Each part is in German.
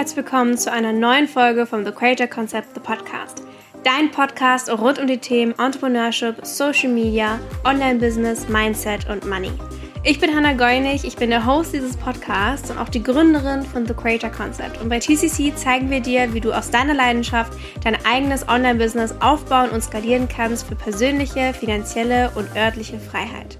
herzlich willkommen zu einer neuen Folge vom The Creator Concept, The Podcast. Dein Podcast rund um die Themen Entrepreneurship, Social Media, Online-Business, Mindset und Money. Ich bin Hannah Goinig, ich bin der Host dieses Podcasts und auch die Gründerin von The Creator Concept. Und bei TCC zeigen wir dir, wie du aus deiner Leidenschaft dein eigenes Online-Business aufbauen und skalieren kannst für persönliche, finanzielle und örtliche Freiheit.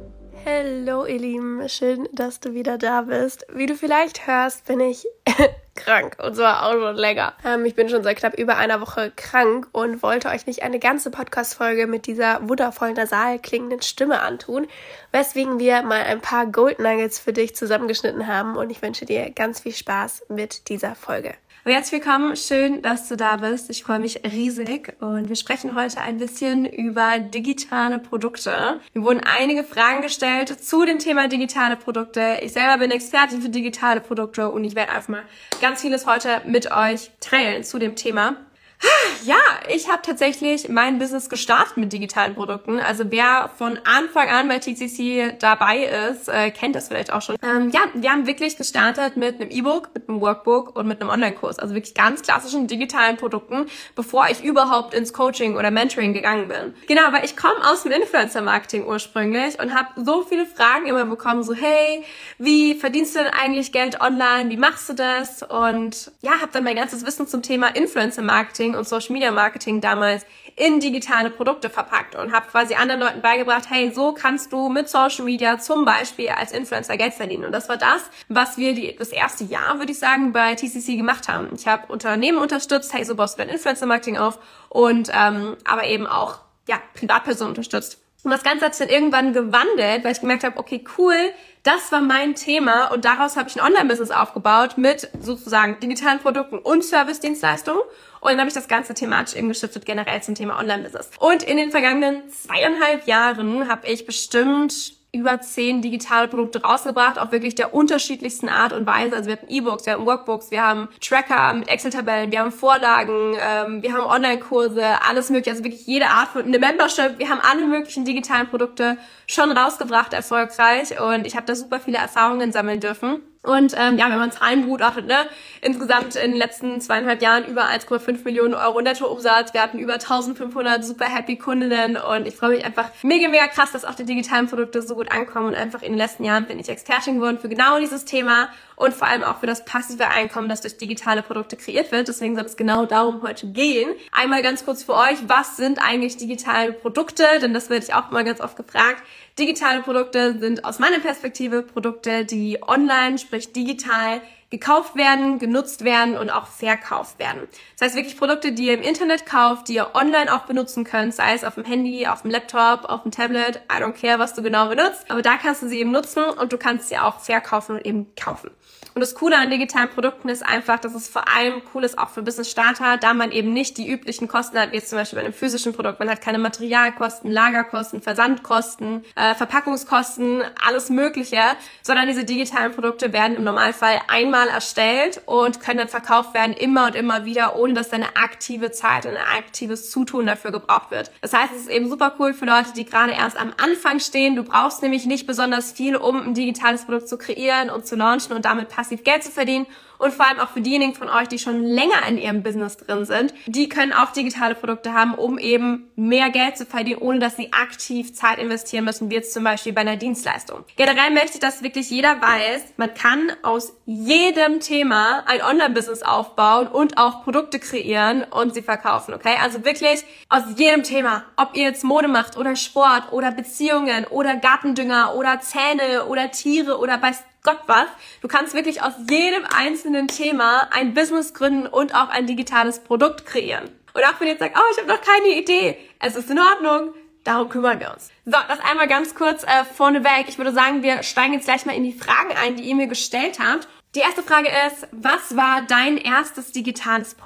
Hallo ihr Lieben, schön, dass du wieder da bist. Wie du vielleicht hörst, bin ich krank und zwar auch schon länger. Ich bin schon seit knapp über einer Woche krank und wollte euch nicht eine ganze Podcast-Folge mit dieser wundervollen nasal klingenden Stimme antun, weswegen wir mal ein paar Gold Nuggets für dich zusammengeschnitten haben und ich wünsche dir ganz viel Spaß mit dieser Folge. Herzlich willkommen, schön, dass du da bist. Ich freue mich riesig und wir sprechen heute ein bisschen über digitale Produkte. Mir wurden einige Fragen gestellt zu dem Thema digitale Produkte. Ich selber bin Expertin für digitale Produkte und ich werde einfach mal ganz vieles heute mit euch teilen zu dem Thema. Ja, ich habe tatsächlich mein Business gestartet mit digitalen Produkten. Also wer von Anfang an bei TCC dabei ist, kennt das vielleicht auch schon. Wir haben wirklich gestartet mit einem E-Book, mit einem Workbook und mit einem Online-Kurs. Also wirklich ganz klassischen digitalen Produkten, bevor ich überhaupt ins Coaching oder Mentoring gegangen bin. Genau, weil ich komme aus dem Influencer-Marketing ursprünglich und habe so viele Fragen immer bekommen, so hey, wie verdienst du denn eigentlich Geld online? Wie machst du das? Und ja, habe dann mein ganzes Wissen zum Thema Influencer-Marketing und Social Media Marketing damals in digitale Produkte verpackt und habe quasi anderen Leuten beigebracht, hey, so kannst du mit Social Media zum Beispiel als Influencer Geld verdienen. Und das war das, was wir das erste Jahr, würde ich sagen, bei TCC gemacht haben. Ich habe Unternehmen unterstützt, hey, so baust du dein Influencer Marketing auf und aber eben auch Privatpersonen unterstützt. Und das Ganze hat sich dann irgendwann gewandelt, weil ich gemerkt habe, okay, cool, das war mein Thema und daraus habe ich ein Online-Business aufgebaut mit sozusagen digitalen Produkten und Service-Dienstleistungen. Und dann habe ich das Ganze thematisch eben geschiftet generell zum Thema Online-Business. Und in den vergangenen 2,5 Jahren habe ich bestimmt über 10 digitale Produkte rausgebracht, auch wirklich der unterschiedlichsten Art und Weise. Also wir hatten E-Books, wir haben Workbooks, wir haben Tracker mit Excel-Tabellen, wir haben Vorlagen, wir haben Online-Kurse, alles mögliche, also wirklich jede Art von eine Membership. Wir haben alle möglichen digitalen Produkte schon rausgebracht, erfolgreich und ich habe da super viele Erfahrungen sammeln dürfen. Und wenn man Zahlen begutachtet, insgesamt in den letzten 2,5 Jahren über 1,5 Millionen Euro Nettoumsatz. Wir hatten über 1500 super happy Kundinnen und ich freue mich einfach mega krass, dass auch die digitalen Produkte so gut ankommen und einfach in den letzten Jahren bin ich Expertin geworden für genau dieses Thema und vor allem auch für das passive Einkommen, das durch digitale Produkte kreiert wird. Deswegen soll es genau darum heute gehen. Einmal ganz kurz für euch, was sind eigentlich digitale Produkte? Denn das werde ich auch immer ganz oft gefragt. Digitale Produkte sind aus meiner Perspektive Produkte, die online, sprich digital, gekauft werden, genutzt werden und auch verkauft werden. Das heißt wirklich Produkte, die ihr im Internet kauft, die ihr online auch benutzen könnt, sei es auf dem Handy, auf dem Laptop, auf dem Tablet, I don't care, was du genau benutzt. Aber da kannst du sie eben nutzen und du kannst sie auch verkaufen und eben kaufen. Und das Coole an digitalen Produkten ist einfach, dass es vor allem cool ist auch für Business-Starter, da man eben nicht die üblichen Kosten hat, wie jetzt zum Beispiel bei einem physischen Produkt. Man hat keine Materialkosten, Lagerkosten, Versandkosten, Verpackungskosten, alles Mögliche, sondern diese digitalen Produkte werden im Normalfall einmal erstellt und können dann verkauft werden immer und immer wieder, ohne dass eine aktive Zeit und ein aktives Zutun dafür gebraucht wird. Das heißt, es ist eben super cool für Leute, die gerade erst am Anfang stehen. Du brauchst nämlich nicht besonders viel, um ein digitales Produkt zu kreieren und zu launchen und damit passiv Geld zu verdienen. Und vor allem auch für diejenigen von euch, die schon länger in ihrem Business drin sind, die können auch digitale Produkte haben, um eben mehr Geld zu verdienen, ohne dass sie aktiv Zeit investieren müssen, wie jetzt zum Beispiel bei einer Dienstleistung. Generell möchte ich, dass wirklich jeder weiß, man kann aus jedem Thema ein Online-Business aufbauen und auch Produkte kreieren und sie verkaufen, okay? Also wirklich aus jedem Thema, ob ihr jetzt Mode macht oder Sport oder Beziehungen oder Gartendünger oder Zähne oder Tiere oder weiß Gott was. Du kannst wirklich aus jedem einzelnen Thema ein Business gründen und auch ein digitales Produkt kreieren. Und auch wenn ihr jetzt sagt, oh, ich habe noch keine Idee, es ist in Ordnung, darum kümmern wir uns. So, das einmal ganz kurz vorneweg. Ich würde sagen, wir steigen jetzt gleich mal in die Fragen ein, die ihr mir gestellt habt. Die erste Frage ist, was war dein erstes digitales Produkt?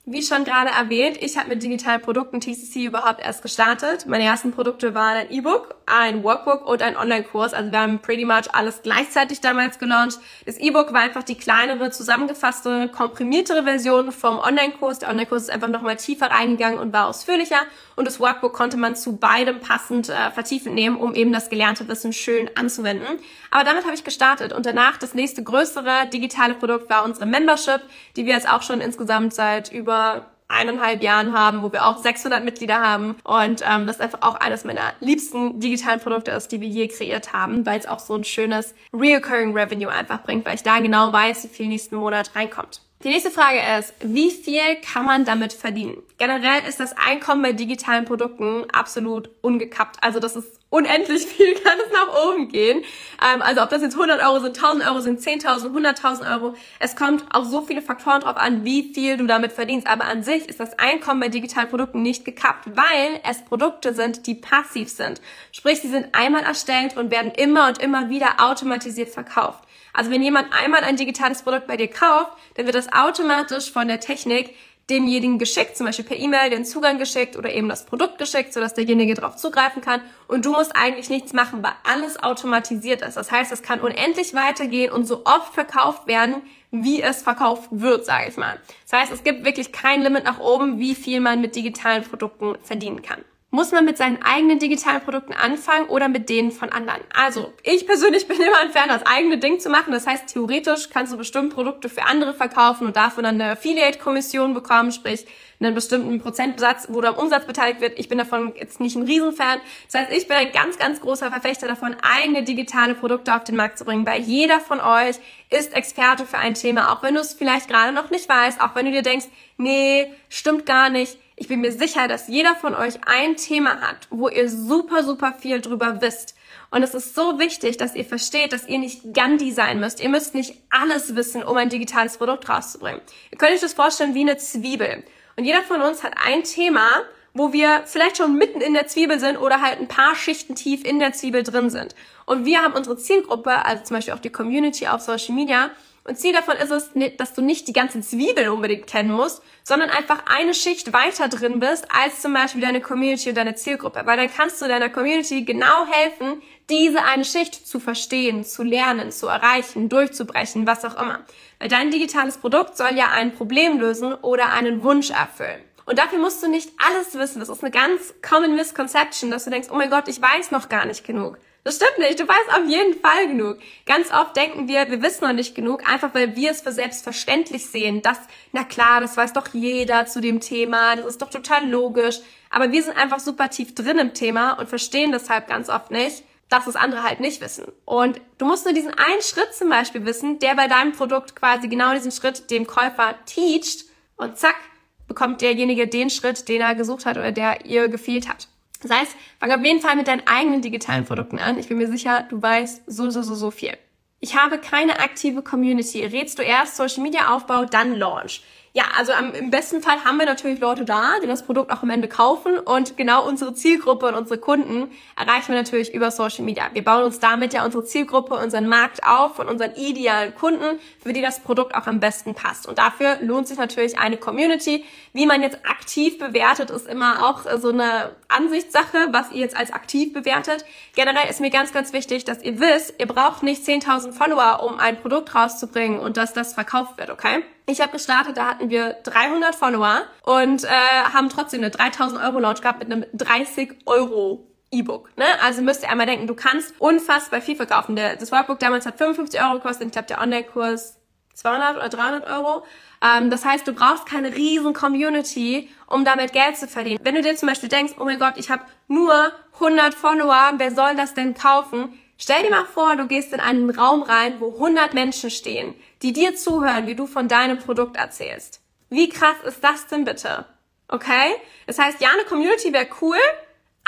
Wie schon gerade erwähnt, ich habe mit digitalen Produkten TCC überhaupt erst gestartet. Meine ersten Produkte waren ein E-Book, ein Workbook und ein Online-Kurs. Also wir haben pretty much alles gleichzeitig damals gelauncht. Das E-Book war einfach die kleinere, zusammengefasste, komprimiertere Version vom Online-Kurs. Der Online-Kurs ist einfach nochmal tiefer reingegangen und war ausführlicher. Und das Workbook konnte man zu beidem passend vertiefend nehmen, um eben das gelernte Wissen schön anzuwenden. Aber damit habe ich gestartet. Und danach das nächste größere digitale Produkt war unsere Membership, die wir jetzt auch schon insgesamt seit über 1,5 Jahren haben, wo wir auch 600 Mitglieder haben und das einfach auch eines meiner liebsten digitalen Produkte ist, die wir je kreiert haben, weil es auch so ein schönes Recurring Revenue einfach bringt, weil ich da genau weiß, wie viel nächsten Monat reinkommt. Die nächste Frage ist, wie viel kann man damit verdienen? Generell ist das Einkommen bei digitalen Produkten absolut ungekappt. Also das ist unendlich viel, kann es nach oben gehen. Also ob das jetzt 100 Euro sind, 1000 Euro sind, 10.000, 100.000 Euro. Es kommt auf so viele Faktoren drauf an, wie viel du damit verdienst. Aber an sich ist das Einkommen bei digitalen Produkten nicht gekappt, weil es Produkte sind, die passiv sind. Sprich, sie sind einmal erstellt und werden immer und immer wieder automatisiert verkauft. Also wenn jemand einmal ein digitales Produkt bei dir kauft, dann wird das automatisch von der Technik demjenigen geschickt, zum Beispiel per E-Mail den Zugang geschickt oder eben das Produkt geschickt, sodass derjenige darauf zugreifen kann. Und du musst eigentlich nichts machen, weil alles automatisiert ist. Das heißt, es kann unendlich weitergehen und so oft verkauft werden, wie es verkauft wird, sage ich mal. Das heißt, es gibt wirklich kein Limit nach oben, wie viel man mit digitalen Produkten verdienen kann. Muss man mit seinen eigenen digitalen Produkten anfangen oder mit denen von anderen? Also, ich persönlich bin immer ein Fan, das eigene Ding zu machen. Das heißt, theoretisch kannst du bestimmt Produkte für andere verkaufen und dafür dann eine Affiliate-Kommission bekommen, sprich einen bestimmten Prozentsatz, wo du am Umsatz beteiligt wird. Ich bin davon jetzt nicht ein Riesenfan. Das heißt, ich bin ein ganz, ganz großer Verfechter davon, eigene digitale Produkte auf den Markt zu bringen, weil jeder von euch ist Experte für ein Thema, auch wenn du es vielleicht gerade noch nicht weißt, auch wenn du dir denkst, nee, stimmt gar nicht. Ich bin mir sicher, dass jeder von euch ein Thema hat, wo ihr super, super viel drüber wisst. Und es ist so wichtig, dass ihr versteht, dass ihr nicht Gandhi sein müsst. Ihr müsst nicht alles wissen, um ein digitales Produkt rauszubringen. Ihr könnt euch das vorstellen wie eine Zwiebel. Und jeder von uns hat ein Thema, wo wir vielleicht schon mitten in der Zwiebel sind oder halt ein paar Schichten tief in der Zwiebel drin sind. Und wir haben unsere Zielgruppe, also zum Beispiel auch die Community auf Social Media. Und Ziel davon ist es, dass du nicht die ganze Zwiebel unbedingt kennen musst, sondern einfach eine Schicht weiter drin bist als zum Beispiel deine Community und deine Zielgruppe. Weil dann kannst du deiner Community genau helfen, diese eine Schicht zu verstehen, zu lernen, zu erreichen, durchzubrechen, was auch immer. Weil dein digitales Produkt soll ja ein Problem lösen oder einen Wunsch erfüllen. Und dafür musst du nicht alles wissen. Das ist eine ganz common misconception, dass du denkst, oh mein Gott, ich weiß noch gar nicht genug. Das stimmt nicht, du weißt auf jeden Fall genug. Ganz oft denken wir wissen noch nicht genug, einfach weil wir es für selbstverständlich sehen, dass, na klar, das weiß doch jeder zu dem Thema, das ist doch total logisch. Aber wir sind einfach super tief drin im Thema und verstehen deshalb ganz oft nicht, dass es andere halt nicht wissen. Und du musst nur diesen einen Schritt zum Beispiel wissen, der bei deinem Produkt quasi genau diesen Schritt dem Käufer teacht und zack, bekommt derjenige den Schritt, den er gesucht hat oder der ihr gefehlt hat. Das heißt, fang auf jeden Fall mit deinen eigenen digitalen Produkten an. Ich bin mir sicher, du weißt so viel. Ich habe keine aktive Community. Rätst du erst Social Media Aufbau, dann Launch? Ja, also im besten Fall haben wir natürlich Leute da, die das Produkt auch am Ende kaufen und genau unsere Zielgruppe und unsere Kunden erreichen wir natürlich über Social Media. Wir bauen uns damit ja unsere Zielgruppe, unseren Markt auf von unseren idealen Kunden, für die das Produkt auch am besten passt. Und dafür lohnt sich natürlich eine Community. Wie man jetzt aktiv bewertet, ist immer auch so eine Ansichtssache, was ihr jetzt als aktiv bewertet. Generell ist mir ganz, ganz wichtig, dass ihr wisst, ihr braucht nicht 10.000 Follower, um ein Produkt rauszubringen und dass das verkauft wird, okay? Ich habe gestartet, da hatten wir 300 Follower und haben trotzdem eine 3.000 Euro Launch gehabt mit einem 30 Euro E-Book. Ne? Also müsst ihr einmal denken, du kannst unfassbar viel verkaufen. Das Workbook damals hat 55 Euro gekostet, ich glaube der Online-Kurs 200 oder 300 Euro. Das heißt, du brauchst keine riesen Community, um damit Geld zu verdienen. Wenn du dir zum Beispiel denkst, oh mein Gott, ich habe nur 100 Follower, wer soll das denn kaufen? Stell dir mal vor, du gehst in einen Raum rein, wo 100 Menschen stehen, die dir zuhören, wie du von deinem Produkt erzählst. Wie krass ist das denn bitte? Okay? Das heißt, ja, eine Community wäre cool,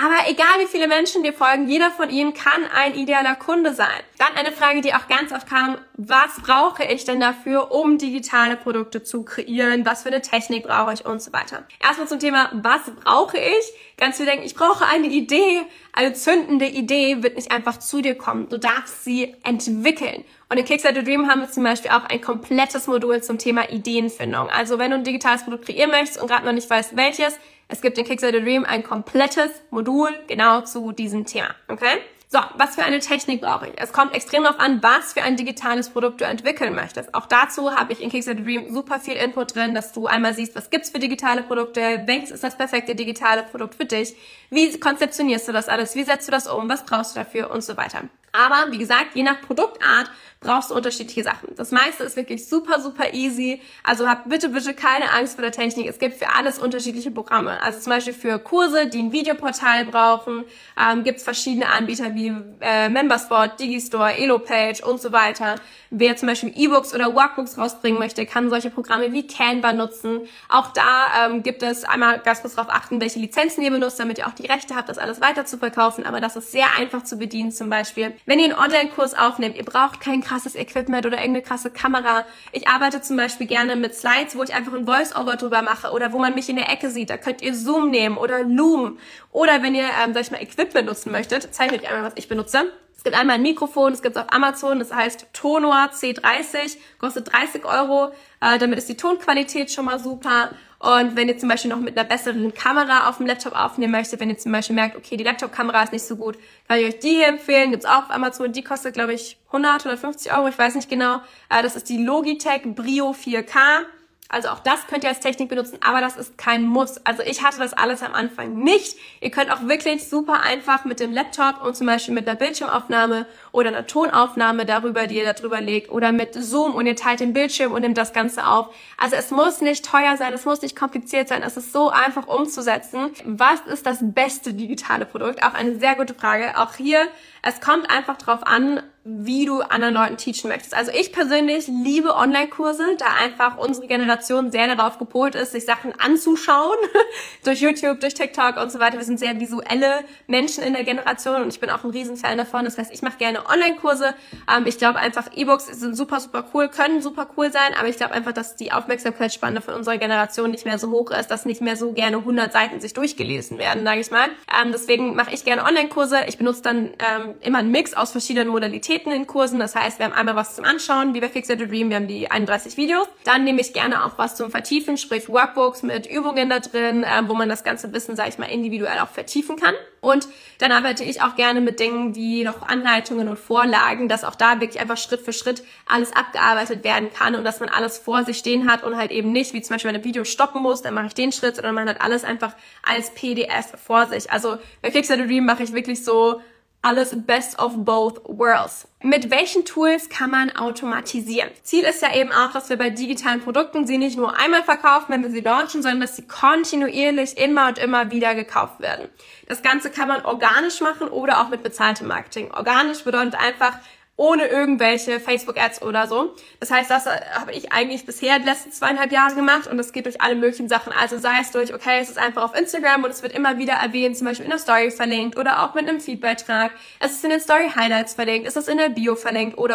Aber egal wie viele Menschen dir folgen, jeder von ihnen kann ein idealer Kunde sein. Dann eine Frage, die auch ganz oft kam: Was brauche ich denn dafür, um digitale Produkte zu kreieren? Was für eine Technik brauche ich und so weiter? Erstmal zum Thema, was brauche ich? Ganz viele denken, ich brauche eine Idee. Eine zündende Idee wird nicht einfach zu dir kommen. Du darfst sie entwickeln. Und in Kickstart Your Dream haben wir zum Beispiel auch ein komplettes Modul zum Thema Ideenfindung. Also wenn du ein digitales Produkt kreieren möchtest und gerade noch nicht weißt, welches, es gibt in Kickstart Your Dream ein komplettes Modul genau zu diesem Thema. Okay? So, was für eine Technik brauche ich? Es kommt extrem darauf an, was für ein digitales Produkt du entwickeln möchtest. Auch dazu habe ich in Kickstart Your Dream super viel Input drin, dass du einmal siehst, was gibt's für digitale Produkte, welches ist das perfekte digitale Produkt für dich, wie konzeptionierst du das alles, wie setzt du das um, was brauchst du dafür und so weiter. Aber wie gesagt, je nach Produktart brauchst du unterschiedliche Sachen. Das meiste ist wirklich super, super easy. Also hab bitte keine Angst vor der Technik. Es gibt für alles unterschiedliche Programme. Also zum Beispiel für Kurse, die ein Videoportal brauchen, gibt es verschiedene Anbieter wie Membersport, Digistore, Elopage und so weiter. Wer zum Beispiel E-Books oder Workbooks rausbringen möchte, kann solche Programme wie Canva nutzen. Auch da gibt es einmal ganz kurz darauf achten, welche Lizenzen ihr benutzt, damit ihr auch die Rechte habt, das alles weiter zu verkaufen. Aber das ist sehr einfach zu bedienen zum Beispiel. Wenn ihr einen Online-Kurs aufnehmt, ihr braucht kein krasses Equipment oder irgendeine krasse Kamera. Ich arbeite zum Beispiel gerne mit Slides, wo ich einfach ein Voice-Over drüber mache oder wo man mich in der Ecke sieht. Da könnt ihr Zoom nehmen oder Loom. Oder wenn ihr, sag ich mal, Equipment nutzen möchtet, zeige ich euch einmal, was ich benutze. Es gibt einmal ein Mikrofon, es gibt es auf Amazon, das heißt Tonor C30, kostet 30 €. Damit ist die Tonqualität schon mal super. Und wenn ihr zum Beispiel noch mit einer besseren Kamera auf dem Laptop aufnehmen möchtet, wenn ihr zum Beispiel merkt, okay, die Laptop-Kamera ist nicht so gut, kann ich euch die hier empfehlen. Gibt's auch auf Amazon, die kostet, glaube ich, 100 oder 50 €, ich weiß nicht genau. Das ist die Logitech Brio 4K. Also auch das könnt ihr als Technik benutzen, aber das ist kein Muss. Also ich hatte das alles am Anfang nicht. Ihr könnt auch wirklich super einfach mit dem Laptop und zum Beispiel mit einer Bildschirmaufnahme oder einer Tonaufnahme darüber, die ihr da drüber legt, oder mit Zoom und ihr teilt den Bildschirm und nehmt das Ganze auf. Also es muss nicht teuer sein, es muss nicht kompliziert sein, es ist so einfach umzusetzen. Was ist das beste digitale Produkt? Auch eine sehr gute Frage. Auch hier, es kommt einfach drauf an, wie du anderen Leuten teachen möchtest. Also ich persönlich liebe Online-Kurse, da einfach unsere Generation sehr darauf gepolt ist, sich Sachen anzuschauen, durch YouTube, durch TikTok und so weiter. Wir sind sehr visuelle Menschen in der Generation und ich bin auch ein Riesenfan davon. Das heißt, ich mache gerne Online-Kurse. Ich glaube einfach, E-Books sind super, super cool, können super cool sein, aber ich glaube einfach, dass die Aufmerksamkeitsspanne von unserer Generation nicht mehr so hoch ist, dass nicht mehr so gerne 100 Seiten sich durchgelesen werden, sage ich mal. Deswegen mache ich gerne Online-Kurse. Ich benutze dann immer einen Mix aus verschiedenen Modalitäten in Kursen. Das heißt, wir haben einmal was zum Anschauen, wie bei Kickstart Your Dream, wir haben die 31 Videos. Dann nehme ich gerne auch was zum Vertiefen, sprich Workbooks mit Übungen da drin, wo man das ganze Wissen, sage ich mal, individuell auch vertiefen kann. Und dann arbeite ich auch gerne mit Dingen wie noch Anleitungen und Vorlagen, dass auch da wirklich einfach Schritt für Schritt alles abgearbeitet werden kann und dass man alles vor sich stehen hat und halt eben nicht, wie zum Beispiel, wenn ein Video stoppen muss, dann mache ich den Schritt, sondern man hat alles einfach als PDF vor sich. Also bei Kickstart Your Dream mache ich wirklich so alles best of both worlds. Mit welchen Tools kann man automatisieren? Ziel ist ja eben auch, dass wir bei digitalen Produkten sie nicht nur einmal verkaufen, wenn wir sie launchen, sondern dass sie kontinuierlich immer und immer wieder gekauft werden. Das Ganze kann man organisch machen oder auch mit bezahltem Marketing. Organisch bedeutet einfach, ohne irgendwelche Facebook-Ads oder so. Das heißt, das habe ich eigentlich bisher die letzten 2,5 Jahre gemacht und das geht durch alle möglichen Sachen. Also sei es durch, okay, es ist einfach auf Instagram und es wird immer wieder erwähnt, zum Beispiel in der Story verlinkt oder auch mit einem Feedbeitrag. Es ist in den Story-Highlights verlinkt, es ist in der Bio verlinkt oder.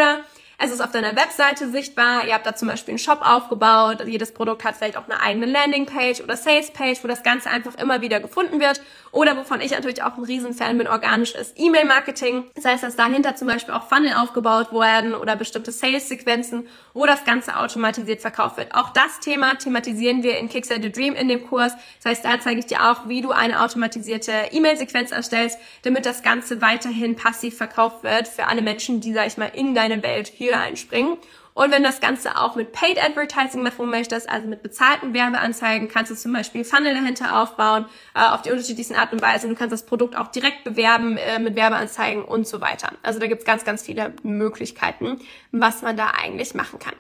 Es ist auf deiner Webseite sichtbar, ihr habt da zum Beispiel einen Shop aufgebaut, jedes Produkt hat vielleicht auch eine eigene Landingpage oder Salespage, wo das Ganze einfach immer wieder gefunden wird. Oder wovon ich natürlich auch ein Riesenfan bin, organisch ist E-Mail-Marketing. Das heißt, dass dahinter zum Beispiel auch Funnel aufgebaut werden oder bestimmte Sales-Sequenzen, wo das Ganze automatisiert verkauft wird. Auch das Thema thematisieren wir in Kickstart Your Dream in dem Kurs. Das heißt, da zeige ich dir auch, wie du eine automatisierte E-Mail-Sequenz erstellst, damit das Ganze weiterhin passiv verkauft wird für alle Menschen, die, sag ich mal, in deine Welt hier einspringen. Und wenn du das Ganze auch mit Paid Advertising machen möchtest, also mit bezahlten Werbeanzeigen, kannst du zum Beispiel Funnel dahinter aufbauen, auf die unterschiedlichsten Art und Weise. Du kannst das Produkt auch direkt bewerben mit Werbeanzeigen und so weiter. Also da gibt's ganz, ganz viele Möglichkeiten, was man da eigentlich machen kann.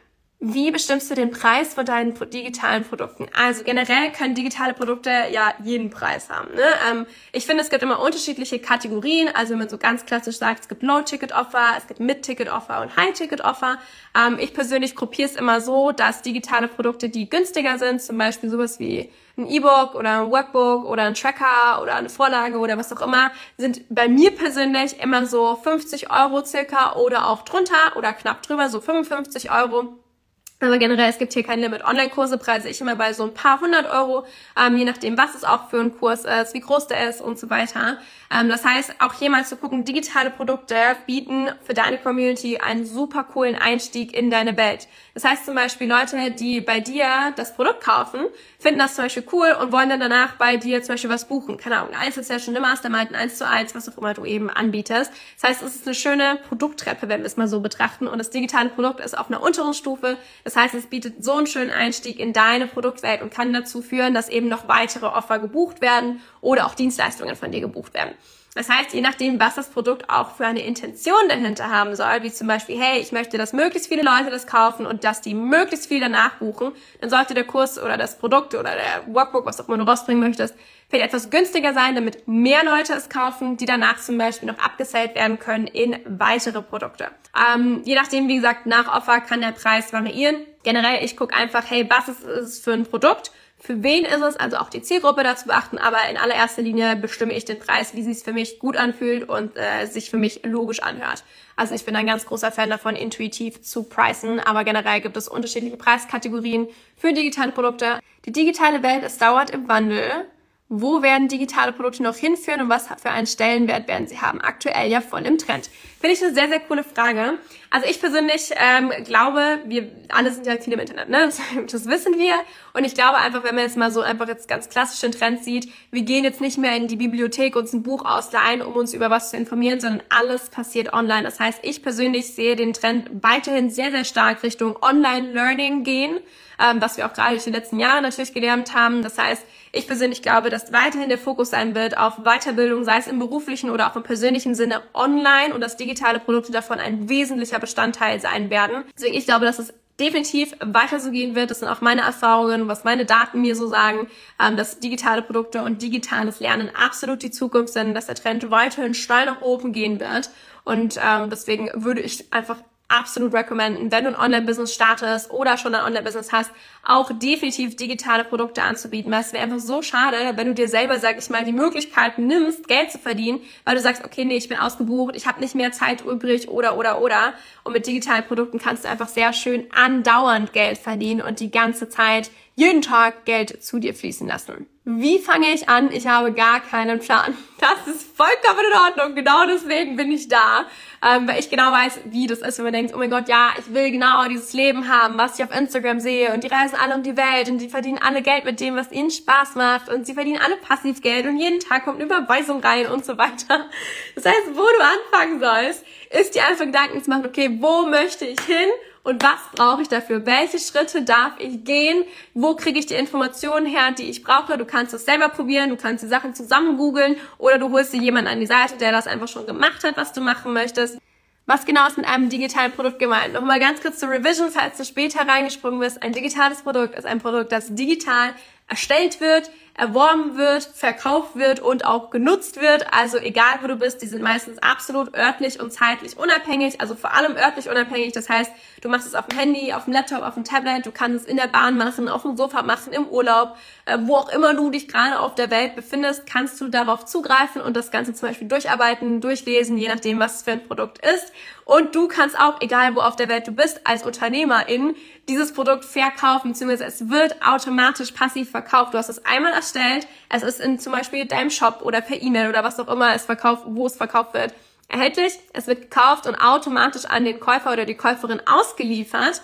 Wie bestimmst du den Preis von deinen digitalen Produkten? Also generell können digitale Produkte ja jeden Preis haben. Ne? Ich finde, es gibt immer unterschiedliche Kategorien. Also wenn man so ganz klassisch sagt, es gibt Low-Ticket-Offer, es gibt Mid-Ticket-Offer und High-Ticket-Offer. Ich persönlich gruppiere es immer so, dass digitale Produkte, die günstiger sind, zum Beispiel sowas wie ein E-Book oder ein Workbook oder ein Tracker oder eine Vorlage oder was auch immer, sind bei mir persönlich immer so 50 € circa oder auch drunter oder knapp drüber, so 55 €. Aber generell, es gibt hier kein Limit. Online-Kurse preise ich immer bei so ein paar 100 €, je nachdem, was es auch für ein Kurs ist, wie groß der ist und so weiter. Das heißt, auch hier mal zu gucken, digitale Produkte bieten für deine Community einen super coolen Einstieg in deine Welt. Das heißt zum Beispiel, Leute, die bei dir das Produkt kaufen, finden das zum Beispiel cool und wollen dann danach bei dir zum Beispiel was buchen. Keine Ahnung, eine Einzelsession, eine Mastermind, ein 1:1, was auch immer du eben anbietest. Das heißt, es ist eine schöne Produkttreppe, wenn wir es mal so betrachten. Und das digitale Produkt ist auf einer unteren Stufe. Das heißt, es bietet so einen schönen Einstieg in deine Produktwelt und kann dazu führen, dass eben noch weitere Offer gebucht werden oder auch Dienstleistungen von dir gebucht werden. Das heißt, je nachdem, was das Produkt auch für eine Intention dahinter haben soll, wie zum Beispiel, hey, ich möchte, dass möglichst viele Leute das kaufen und dass die möglichst viel danach buchen, dann sollte der Kurs oder das Produkt oder der Workbook, was auch immer du rausbringen möchtest, vielleicht etwas günstiger sein, damit mehr Leute es kaufen, die danach zum Beispiel noch abgesellt werden können in weitere Produkte. Je nachdem, wie gesagt, nach Offer kann der Preis variieren. Generell, ich gucke einfach, hey, was ist es für ein Produkt? Für wen ist es, also auch die Zielgruppe dazu beachten, aber in allererster Linie bestimme ich den Preis, wie es sich für mich gut anfühlt und sich für mich logisch anhört. Also ich bin ein ganz großer Fan davon, intuitiv zu pricen, aber generell gibt es unterschiedliche Preiskategorien für digitale Produkte. Die digitale Welt ist dauernd im Wandel. Wo werden digitale Produkte noch hinführen und was für einen Stellenwert werden sie haben? Aktuell ja voll im Trend. Finde ich eine sehr, sehr coole Frage. Also ich persönlich glaube, wir alle sind ja viel im Internet, ne? Das wissen wir. Und ich glaube einfach, wenn man jetzt mal so einfach jetzt ganz klassischen Trend sieht, wir gehen jetzt nicht mehr in die Bibliothek uns ein Buch ausleihen, um uns über was zu informieren, sondern alles passiert online. Das heißt, ich persönlich sehe den Trend weiterhin sehr, sehr stark Richtung Online-Learning gehen, was wir auch gerade durch die letzten Jahre natürlich gelernt haben. Das heißt, ich persönlich glaube, dass weiterhin der Fokus sein wird auf Weiterbildung, sei es im beruflichen oder auch im persönlichen Sinne online und dass digitale Produkte davon ein wesentlicher Bestandteil sein werden. Deswegen, ich glaube, dass es definitiv weiter so gehen wird. Das sind auch meine Erfahrungen, was meine Daten mir so sagen, dass digitale Produkte und digitales Lernen absolut die Zukunft sind, dass der Trend weiterhin steil nach oben gehen wird. Und deswegen würde ich einfach absolut recommenden, wenn du ein Online-Business startest oder schon ein Online-Business hast, auch definitiv digitale Produkte anzubieten. Weil es wäre einfach so schade, wenn du dir selber, sag ich mal, die Möglichkeiten nimmst, Geld zu verdienen, weil du sagst, okay, nee, ich bin ausgebucht, ich habe nicht mehr Zeit übrig oder. Und mit digitalen Produkten kannst du einfach sehr schön andauernd Geld verdienen und die ganze Zeit, jeden Tag Geld zu dir fließen lassen. Wie fange ich an? Ich habe gar keinen Plan. Das ist vollkommen in Ordnung. Genau deswegen bin ich da. Weil ich genau weiß, wie das ist, wenn man denkt, oh mein Gott, ja, ich will genau dieses Leben haben, was ich auf Instagram sehe und die reisen alle um die Welt und die verdienen alle Geld mit dem, was ihnen Spaß macht und sie verdienen alle Passivgeld und jeden Tag kommt eine Überweisung rein und so weiter. Das heißt, wo du anfangen sollst, ist dir einfach Gedanken zu machen, okay, wo möchte ich hin? Und was brauche ich dafür? Welche Schritte darf ich gehen? Wo kriege ich die Informationen her, die ich brauche? Du kannst es selber probieren, du kannst die Sachen zusammen googeln oder du holst dir jemanden an die Seite, der das einfach schon gemacht hat, was du machen möchtest. Was genau ist mit einem digitalen Produkt gemeint? Nochmal ganz kurz zur Revision, falls du später reingesprungen bist. Ein digitales Produkt ist ein Produkt, das digital erstellt wird, erworben wird, verkauft wird und auch genutzt wird. Also egal, wo du bist, die sind meistens absolut örtlich und zeitlich unabhängig, also vor allem örtlich unabhängig. Das heißt, du machst es auf dem Handy, auf dem Laptop, auf dem Tablet, du kannst es in der Bahn machen, auf dem Sofa machen, im Urlaub, wo auch immer du dich gerade auf der Welt befindest, kannst du darauf zugreifen und das Ganze zum Beispiel durcharbeiten, durchlesen, je nachdem, was es für ein Produkt ist. Und du kannst auch, egal wo auf der Welt du bist, als Unternehmerin dieses Produkt verkaufen, beziehungsweise es wird automatisch passiv verkauft. Du hast es einmal erstellt, es ist in zum Beispiel deinem Shop oder per E-Mail oder was auch immer es verkauft, wo es verkauft wird, erhältlich. Es wird gekauft und automatisch an den Käufer oder die Käuferin ausgeliefert.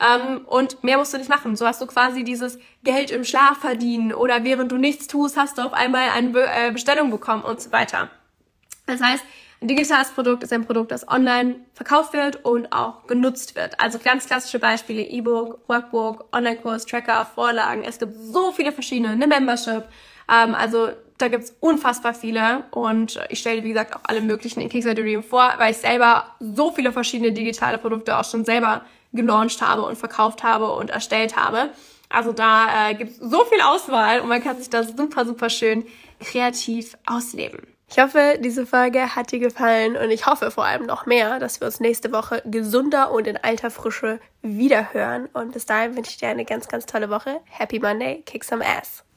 Und mehr musst du nicht machen. So hast du quasi dieses Geld im Schlaf verdienen oder während du nichts tust, hast du auf einmal eine Bestellung bekommen und so weiter. Das heißt, ein digitales Produkt ist ein Produkt, das online verkauft wird und auch genutzt wird. Also ganz klassische Beispiele, E-Book, Workbook, Online-Kurs, Tracker, Vorlagen. Es gibt so viele verschiedene, eine Membership. Also da gibt's unfassbar viele und ich stelle, wie gesagt, auch alle möglichen in Kickstarter Dream vor, weil ich selber so viele verschiedene digitale Produkte auch schon selber gelauncht habe und verkauft habe und erstellt habe. Also da gibt es so viel Auswahl und man kann sich das super, super schön kreativ ausleben. Ich hoffe, diese Folge hat dir gefallen und ich hoffe vor allem noch mehr, dass wir uns nächste Woche gesunder und in alter Frische wiederhören. Und bis dahin wünsche ich dir eine ganz, ganz tolle Woche. Happy Monday, kick some ass!